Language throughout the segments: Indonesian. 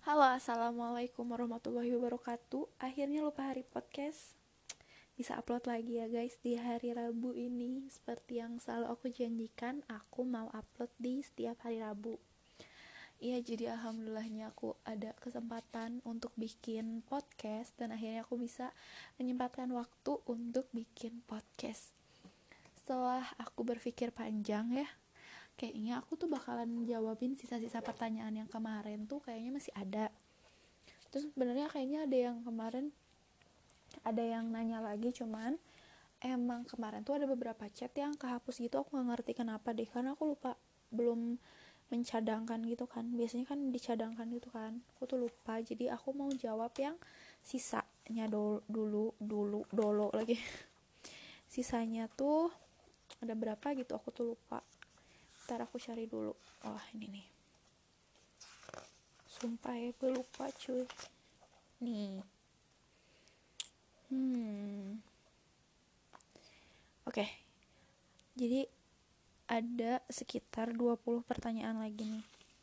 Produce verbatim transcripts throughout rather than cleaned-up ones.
Halo, assalamualaikum warahmatullahi wabarakatuh. Akhirnya lupa hari podcast bisa upload lagi ya guys di hari Rabu ini. Seperti yang selalu aku janjikan, aku mau upload di setiap hari Rabu. Iya, jadi alhamdulillahnya aku ada kesempatan untuk bikin podcast dan akhirnya aku bisa menyempatkan waktu untuk bikin podcast. Setelah aku berpikir panjang ya, kayaknya aku tuh bakalan jawabin sisa-sisa pertanyaan yang kemarin tuh kayaknya masih ada. Terus sebenarnya kayaknya ada yang kemarin ada yang nanya lagi, cuman emang kemarin tuh ada beberapa chat yang kehapus gitu. Aku nggak ngerti kenapa deh, karena aku lupa belum mencadangkan gitu kan, biasanya kan dicadangkan gitu kan, aku tuh lupa. Jadi aku mau jawab yang sisanya dulu dulu dulu dolo lagi. Sisanya tuh ada berapa gitu aku tuh lupa, ntar aku cari dulu. Oh ini nih, sumpah ya gue lupa cuy. Nih, hmm oke, okay. Jadi ada sekitar dua puluh pertanyaan lagi nih.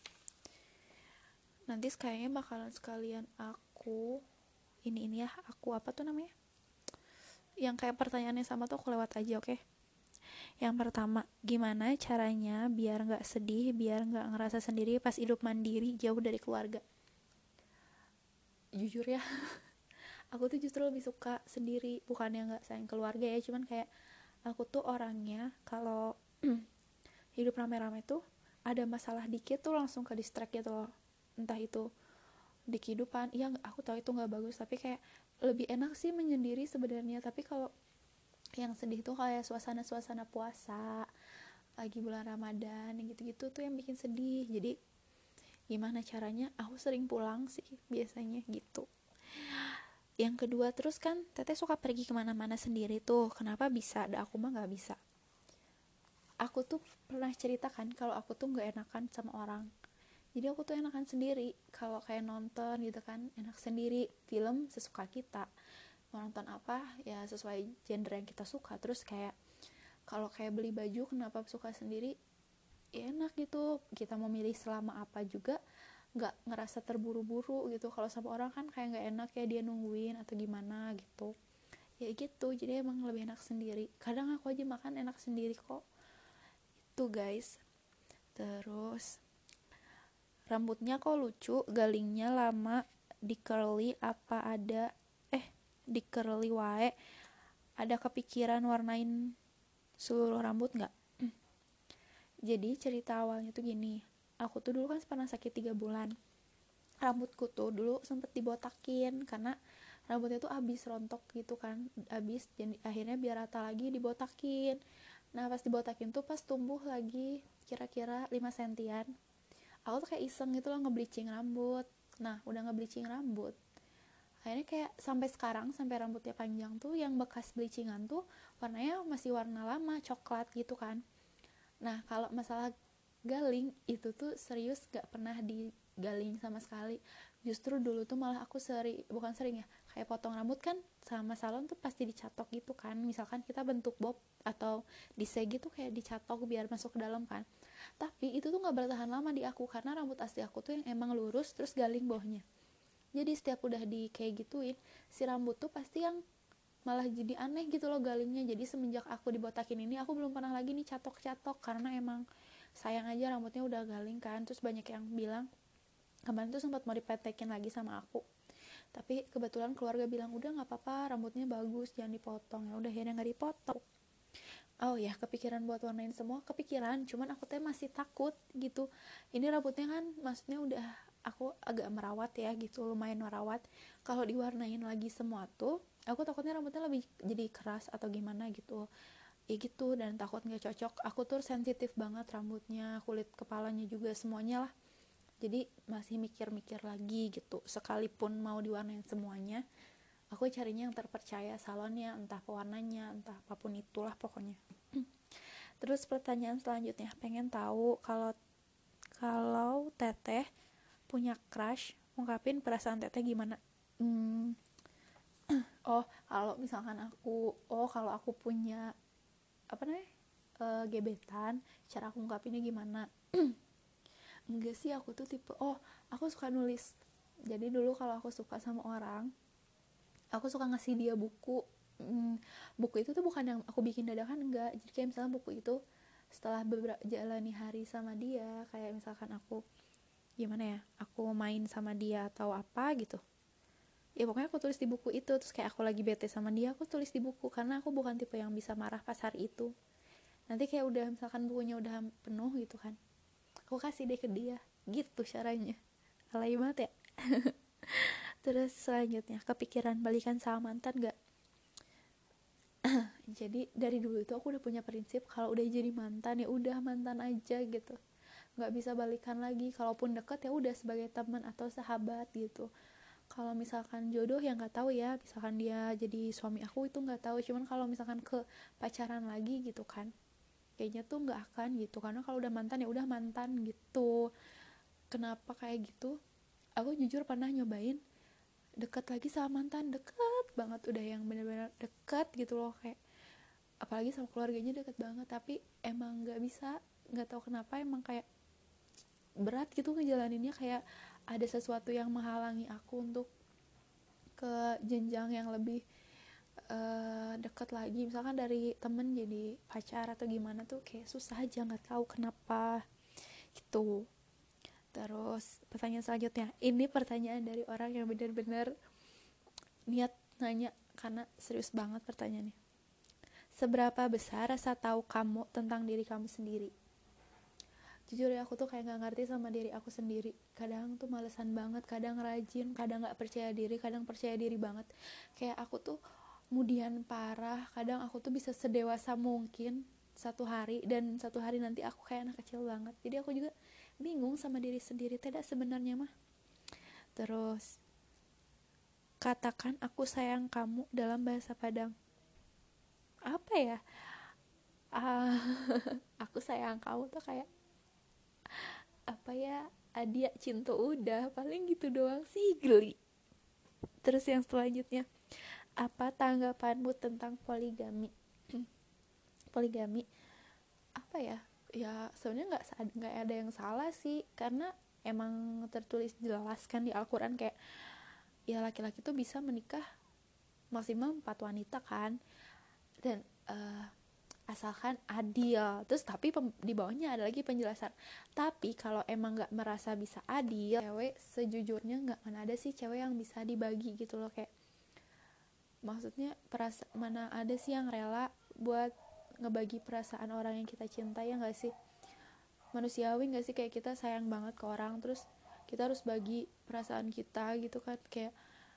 Nanti kayaknya bakalan sekalian aku ini ini ya, aku apa tuh namanya? Yang kayak pertanyaannya sama tuh aku lewat aja, oke? Okay? Yang pertama, gimana caranya biar nggak sedih, biar nggak ngerasa sendiri pas hidup mandiri jauh dari keluarga? Jujur ya, aku tuh justru lebih suka sendiri, bukannya nggak sayang keluarga ya, cuman kayak aku tuh orangnya kalau hidup rame-rame tuh ada masalah dikit tuh langsung ke distract gitu loh. Entah itu di kehidupan, iya aku tahu itu nggak bagus, tapi kayak lebih enak sih menyendiri sebenarnya. Tapi kalau yang sedih tuh kayak suasana-suasana puasa lagi bulan Ramadan gitu-gitu tuh yang bikin sedih. Jadi gimana caranya, aku sering pulang sih biasanya gitu. Yang kedua, terus kan teteh suka pergi kemana-mana sendiri tuh, kenapa bisa, ada aku mah nggak bisa. Aku tuh pernah ceritakan kalau aku tuh nggak enakan sama orang. Jadi aku tuh enakan sendiri. Kalau kayak nonton gitu kan, enak sendiri. Film sesuka kita, mau nonton apa ya sesuai genre yang kita suka. Terus kayak kalau kayak beli baju, kenapa suka sendiri, ya enak gitu. Kita mau milih selama apa juga nggak ngerasa terburu-buru gitu. Kalau sama orang kan kayak nggak enak ya, dia nungguin atau gimana gitu ya gitu. Jadi emang lebih enak sendiri. Kadang aku aja makan enak sendiri kok itu guys. Terus rambutnya kok lucu, galingnya lama, di curly apa ada eh di curly wae, ada kepikiran warnain seluruh rambut nggak? Jadi cerita awalnya tuh gini, aku tuh dulu kan pernah sakit tiga bulan. Rambutku tuh dulu sempet dibotakin karena rambutnya tuh abis rontok gitu kan, abis, jadi akhirnya biar rata lagi dibotakin. Nah pas dibotakin tuh pas tumbuh lagi kira-kira lima sentian, aku tuh kayak iseng gitu loh ngebleaching rambut. Nah udah ngebleaching rambut, akhirnya kayak sampai sekarang, sampai rambutnya panjang tuh yang bekas bleachingan tuh warnanya masih warna lama coklat gitu kan. Nah kalau masalah galing itu tuh serius gak pernah digaling sama sekali. Justru dulu tuh malah aku sering, bukan sering ya, kayak potong rambut kan sama salon tuh pasti dicatok gitu kan, misalkan kita bentuk bob atau dise gitu kayak dicatok biar masuk ke dalam kan. Tapi itu tuh gak bertahan lama di aku, karena rambut asli aku tuh yang emang lurus terus galing bawahnya. Jadi setiap udah di kayak gituin, si rambut tuh pasti yang malah jadi aneh gitu loh galingnya. Jadi semenjak aku dibotakin ini, aku belum pernah lagi nih catok-catok, karena emang sayang aja rambutnya udah galing kan. Terus banyak yang bilang, kemarin tuh sempat mau dipetekin lagi sama aku, tapi kebetulan keluarga bilang udah nggak apa-apa, rambutnya bagus, jangan dipotong. Ya udah akhirnya nggak dipotong. Oh ya, kepikiran buat warnain semua, kepikiran, cuman aku teh masih takut gitu. Ini rambutnya kan maksudnya udah aku agak merawat ya gitu, lumayan merawat. Kalau diwarnain lagi semua tuh, aku takutnya rambutnya lebih jadi keras atau gimana gitu. Ya gitu, dan takut nggak cocok. Aku tuh sensitif banget rambutnya, kulit kepalanya juga, semuanya lah. Jadi masih mikir-mikir lagi gitu. Sekalipun mau diwarnain semuanya, aku carinya yang terpercaya salonnya, entah pewarnanya, entah apapun itulah pokoknya. Terus pertanyaan selanjutnya, pengen tahu kalau kalau teteh punya crush, ungkapin perasaan teteh gimana? Hmm, oh kalau misalkan aku, oh kalau aku punya apa namanya, uh, gebetan, cara aku ungkapinnya gimana? Enggak sih, aku tuh tipe, oh aku suka nulis. Jadi dulu kalau aku suka sama orang, aku suka ngasih dia buku. Hmm, buku itu tuh bukan yang aku bikin dadakan, enggak. Jadi kayak misalnya buku itu setelah beberapa jalani hari sama dia, kayak misalkan aku gimana ya, aku main sama dia atau apa gitu, ya pokoknya aku tulis di buku itu. Terus kayak aku lagi bete sama dia, aku tulis di buku, karena aku bukan tipe yang bisa marah pas hari itu. Nanti kayak udah misalkan bukunya udah penuh gitu kan, aku kasih deh ke dia gitu caranya. Alay banget ya. Terus selanjutnya, kepikiran balikan sama mantan gak? Jadi dari dulu itu aku udah punya prinsip kalau udah jadi mantan ya udah mantan aja gitu, nggak bisa balikan lagi. Kalaupun deket ya udah sebagai teman atau sahabat gitu. Kalau misalkan jodoh ya nggak tahu ya, misalkan dia jadi suami aku itu nggak tahu. Cuman kalau misalkan ke pacaran lagi gitu kan, kayaknya tuh nggak akan gitu, karena kalau udah mantan ya udah mantan gitu. Kenapa kayak gitu? Aku jujur pernah nyobain deket lagi sama mantan, deket banget, udah yang bener-bener deket gitu loh, kayak apalagi sama keluarganya deket banget, tapi emang nggak bisa, nggak tahu kenapa, emang kayak berat gitu ngejalaninnya, kayak ada sesuatu yang menghalangi aku untuk ke jenjang yang lebih uh, deket lagi, misalkan dari temen jadi pacar atau gimana tuh kayak susah aja, nggak tahu kenapa gitu. Terus pertanyaan selanjutnya, ini pertanyaan dari orang yang benar-benar niat nanya karena serius banget pertanyaannya. Seberapa besar rasa tahu kamu tentang diri kamu sendiri? Jujur ya, aku tuh kayak gak ngerti sama diri aku sendiri. Kadang tuh malesan banget, kadang rajin, kadang gak percaya diri, kadang percaya diri banget. Kayak aku tuh mudian parah, kadang aku tuh bisa sedewasa mungkin satu hari, dan satu hari nanti aku kayak anak kecil banget. Jadi aku juga bingung sama diri sendiri, tidak sebenarnya mah. Terus, katakan aku sayang kamu dalam bahasa Padang. Apa ya? Ah, aku sayang kamu tuh kayak apa ya, adia cinta udah paling gitu doang sih, geli. Terus yang selanjutnya, apa tanggapanmu tentang poligami? Poligami apa ya, ya sebenarnya nggak nggak ada yang salah sih, karena emang tertulis jelas kan di Al-Quran kayak ya laki-laki tuh bisa menikah maksimal empat wanita kan, dan uh, asalkan adil. Terus tapi pem, di bawahnya ada lagi penjelasan, tapi kalau emang nggak merasa bisa adil, cewek sejujurnya nggak, mana ada sih cewek yang bisa dibagi gitu loh, kayak maksudnya perasa, mana ada sih yang rela buat ngebagi perasaan orang yang kita cintai, ya nggak sih? Manusiawi nggak sih, kayak kita sayang banget ke orang terus kita harus bagi perasaan kita gitu kan, kayak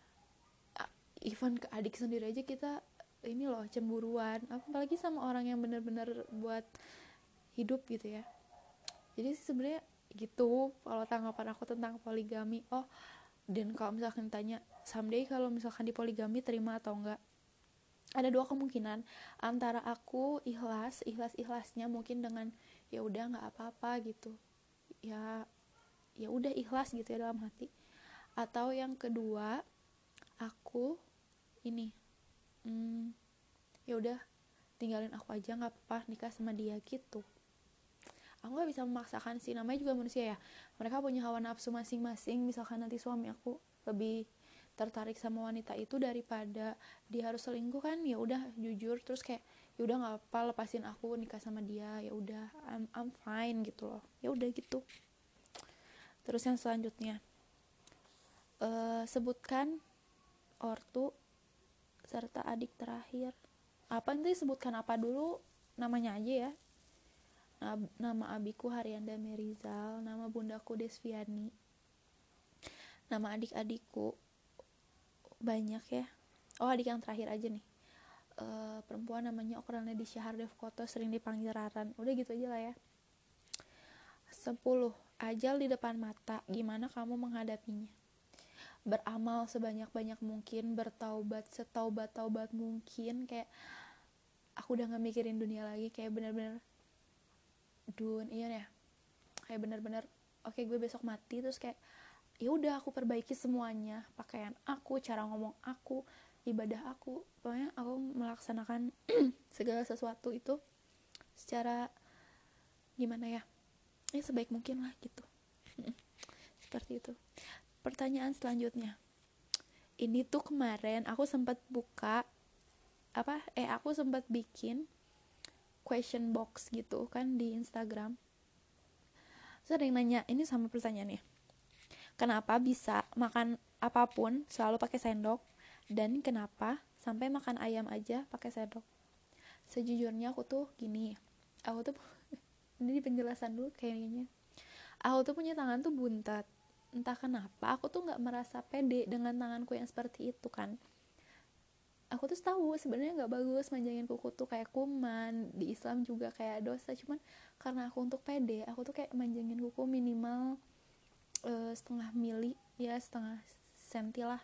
even ke adik sendiri aja kita ini loh cemburuan, apalagi sama orang yang benar-benar buat hidup gitu ya. Jadi sebenarnya gitu kalau tanggapan aku tentang poligami. Oh, dan kalau misalkan tanya someday kalau misalkan di poligami terima atau enggak, ada dua kemungkinan. Antara aku ikhlas ikhlas ikhlasnya mungkin dengan ya udah nggak apa-apa gitu, ya ya udah ikhlas gitu ya dalam hati. Atau yang kedua, aku ini hmm, ya udah tinggalin aku aja, nggak apa-apa nikah sama dia gitu. Aku nggak bisa memaksakan sih, namanya juga manusia ya, mereka punya hawa nafsu masing-masing. Misalkan nanti suami aku lebih tertarik sama wanita itu daripada dia harus selingkuh kan, ya udah jujur terus kayak ya udah nggak apa, lepasin aku nikah sama dia, ya udah I'm, I'm fine gitu loh, ya udah gitu. Terus yang selanjutnya, uh, sebutkan ortu serta adik terakhir. Apa nanti sebutkan apa dulu, namanya aja ya. Nama abiku Haryanda Merizal, nama bundaku Desviani, nama adik-adikku banyak ya. Oh, adik yang terakhir aja nih, e, perempuan namanya Okralna di Syahar Devkoto, sering dipanggil Raran. Udah gitu aja lah ya. Sepuluh, ajal di depan mata, gimana kamu menghadapinya? Beramal sebanyak-banyak mungkin, bertaubat setaubat-taubat mungkin, kayak aku udah gak mikirin dunia lagi, kayak bener-bener dun iya ya, kayak bener-bener oke okay, gue besok mati, terus kayak ya udah aku perbaiki semuanya, pakaian aku, cara ngomong aku, ibadah aku, pokoknya aku melaksanakan segala sesuatu itu secara gimana ya, ya sebaik mungkin lah gitu. Seperti itu. pertanyaan selanjutnya. Ini tuh kemarin aku sempat buka apa eh aku sempat bikin question box gitu kan di Instagram. Terus ada yang nanya, ini sama pertanyaannya. Kenapa bisa makan apapun selalu pakai sendok, dan kenapa sampai makan ayam aja pakai sendok? Sejujurnya aku tuh gini, aku tuh ini penjelasan dulu kayaknya. Aku tuh punya tangan tuh buntat. Entah kenapa aku tuh nggak merasa pede dengan tanganku yang seperti itu kan. Aku tuh tahu sebenarnya nggak bagus manjangin kuku tuh, kayak kuman di Islam juga kayak dosa. Cuman karena aku untuk pede, aku tuh kayak manjangin kuku minimal uh, setengah mili ya, setengah senti lah.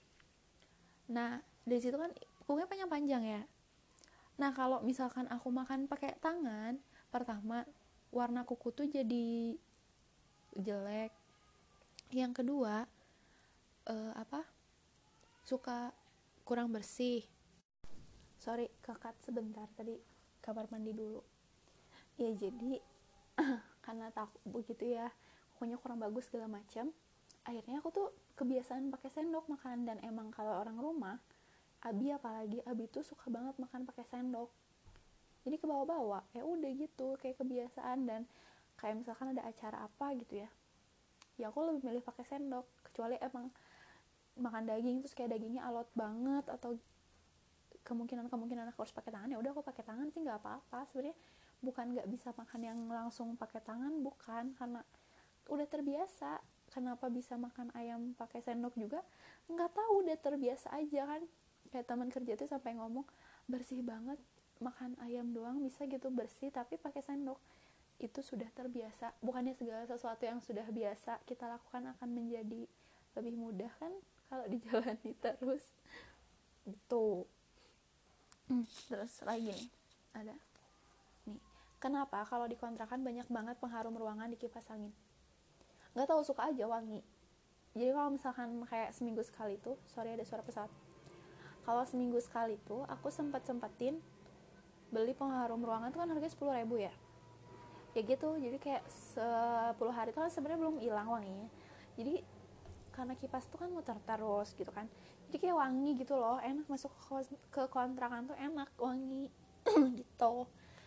Nah dari situ kan kukunya panjang-panjang ya. Nah kalau misalkan aku makan pakai tangan, pertama warna kuku tuh jadi jelek. Yang kedua uh, apa suka kurang bersih. Sorry kekat sebentar, tadi kamar mandi dulu ya. Jadi karena takut begitu ya, kukunya kurang bagus segala macam, akhirnya aku tuh kebiasaan pakai sendok makan. Dan emang kalau orang rumah, Abi apalagi, Abi tuh suka banget makan pakai sendok, jadi ke bawah-bawah ya udah gitu kayak kebiasaan. Dan kayak misalkan ada acara apa gitu ya, ya aku lebih milih pakai sendok. Kecuali emang makan daging terus kayak dagingnya alot banget, atau kemungkinan-kemungkinan aku harus pakai tangan, ya udah aku pakai tangan sih, nggak apa-apa sebenarnya. Bukan nggak bisa makan yang langsung pakai tangan, bukan, karena udah terbiasa. Kenapa bisa makan ayam pakai sendok juga nggak tahu, udah terbiasa aja kan. Kayak teman kerja tuh sampai ngomong, bersih banget makan ayam doang bisa gitu bersih tapi pakai sendok. Itu sudah terbiasa. Bukannya segala sesuatu yang sudah biasa kita lakukan akan menjadi lebih mudah kan kalau dijalani terus gitu. Hmm, terus lagi nih ada nih, kenapa kalau di kontrakan banyak banget pengharum ruangan di kipas angin? Nggak tahu, suka aja wangi. Jadi kalau misalkan kayak seminggu sekali tuh, sorry ada suara pesawat, kalau seminggu sekali tuh aku sempat sempetin beli pengharum ruangan tuh kan harganya sepuluh ribu ya, ya gitu. Jadi kayak sepuluh hari tuh kan sebenarnya belum hilang wanginya, jadi karena kipas tuh kan muter terus gitu kan, jadi kayak wangi gitu loh, enak masuk ke kontrakan tuh enak wangi gitu.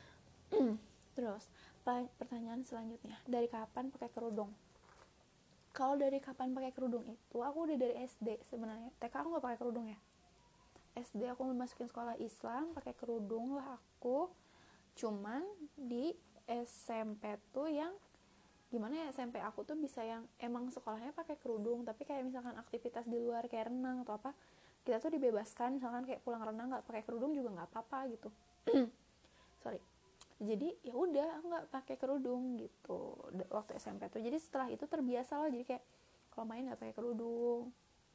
Terus pertanyaan selanjutnya, dari kapan pakai kerudung? Kalau dari kapan pakai kerudung itu aku udah dari S D sebenarnya. T K aku nggak pakai kerudung ya. S D aku masukin sekolah Islam pakai kerudung lah aku. Cuman di S M P tuh yang gimana ya, S M P aku tuh bisa yang emang sekolahnya pakai kerudung, tapi kayak misalkan aktivitas di luar kayak renang atau apa, kita tuh dibebaskan. Misalkan kayak pulang renang nggak pakai kerudung juga nggak apa-apa gitu. Sorry. Jadi ya udah nggak pakai kerudung gitu waktu S M P tuh. Jadi setelah itu terbiasa loh, jadi kayak kalau main nggak pakai kerudung,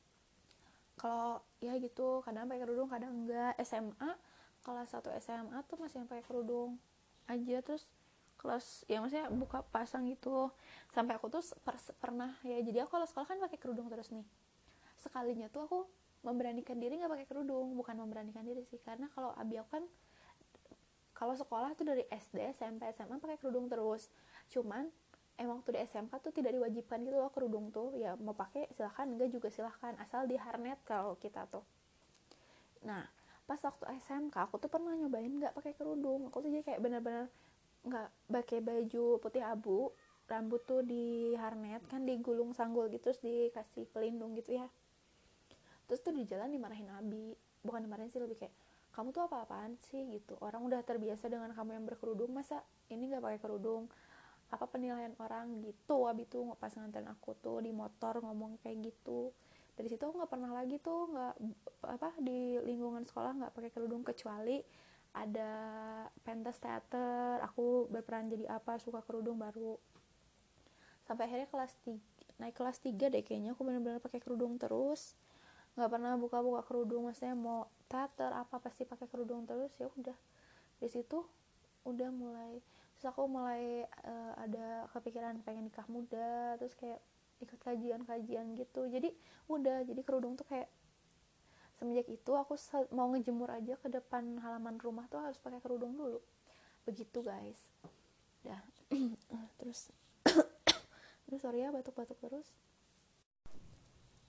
kalau ya gitu kadang pakai kerudung kadang enggak. S M A kelas satu S M A tuh masih yang pakai kerudung aja. Terus kelas ya maksudnya buka pasang gitu, sampai aku tuh per, pernah ya, jadi aku kalau sekolah kan pakai kerudung terus nih, sekalinya tuh aku memberanikan diri nggak pakai kerudung. Bukan memberanikan diri sih, karena kalau abi aku kan kalau sekolah tuh dari S D, S M P, S M A pakai kerudung terus. Cuman emang tuh di S M K tuh tidak diwajibkan gitu loh kerudung tuh. Ya mau pakai silahkan, enggak juga silahkan, asal di harnet kalau kita tuh. Nah pas waktu S M K aku tuh pernah nyobain nggak pakai kerudung. Aku tuh jadi kayak bener-bener nggak pakai baju putih abu, rambut tuh di harnet kan, digulung sanggul gitu, terus dikasih pelindung gitu ya. Terus tuh di jalan dimarahin abi, bukan dimarahin sih, lebih kayak kamu tuh apa-apaan sih gitu, orang udah terbiasa dengan kamu yang berkerudung, masa ini nggak pakai kerudung, apa penilaian orang gitu. Abi tuh pas nganterin aku tuh di motor ngomong kayak gitu. Dari situ aku nggak pernah lagi tuh nggak apa di lingkungan sekolah nggak pakai kerudung, kecuali ada pentas teater aku berperan jadi apa suka kerudung baru. Sampai akhirnya kelas tiga, naik kelas tiga deh kayaknya aku benar-benar pakai kerudung terus, nggak pernah buka-buka kerudung. Maksudnya mau teater apa pasti pakai kerudung terus. Ya udah di situ udah mulai, terus aku mulai uh, ada kepikiran pengen nikah muda, terus kayak ikut kajian-kajian gitu. Jadi udah jadi kerudung tuh kayak semenjak itu aku mau ngejemur aja ke depan halaman rumah tuh harus pakai kerudung dulu begitu guys. Dah. Terus terus sorry ya batuk-batuk terus.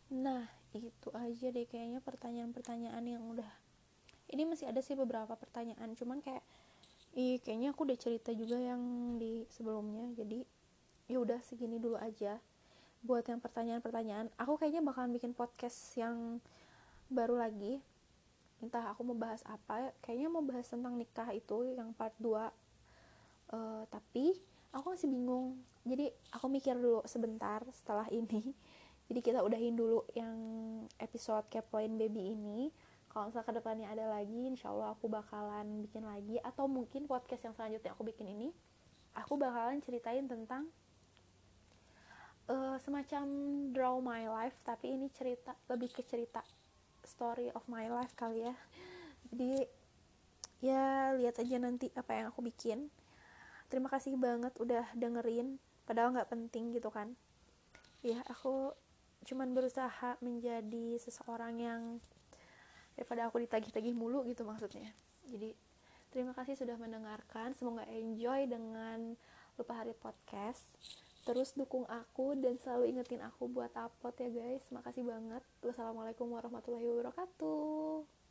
Nah itu aja deh kayaknya pertanyaan-pertanyaan yang udah, ini masih ada sih beberapa pertanyaan cuman kayak ih kayaknya aku udah cerita juga yang di sebelumnya, jadi ya udah segini dulu aja buat yang pertanyaan-pertanyaan. Aku kayaknya bakalan bikin podcast yang baru lagi, entah aku mau bahas apa, kayaknya mau bahas tentang nikah itu yang part dua. Uh, tapi aku masih bingung, jadi aku mikir dulu sebentar setelah ini. Jadi kita udahin dulu yang episode Kepoin Baby ini. Kalau misalnya kedepannya ada lagi, insya Allah aku bakalan bikin lagi, atau mungkin podcast yang selanjutnya aku bikin ini aku bakalan ceritain tentang uh, semacam draw my life, tapi ini cerita lebih ke cerita story of my life kali ya. Jadi ya lihat aja nanti apa yang aku bikin. Terima kasih banget udah dengerin, padahal nggak penting gitu kan ya. Aku cuman berusaha menjadi seseorang yang, daripada aku ditagih-tagih mulu gitu maksudnya. Jadi terima kasih sudah mendengarkan, semoga enjoy dengan Lupa Hari Podcast. Terus dukung aku dan selalu ingetin aku buat upload ya guys. Makasih banget. Wassalamualaikum warahmatullahi wabarakatuh.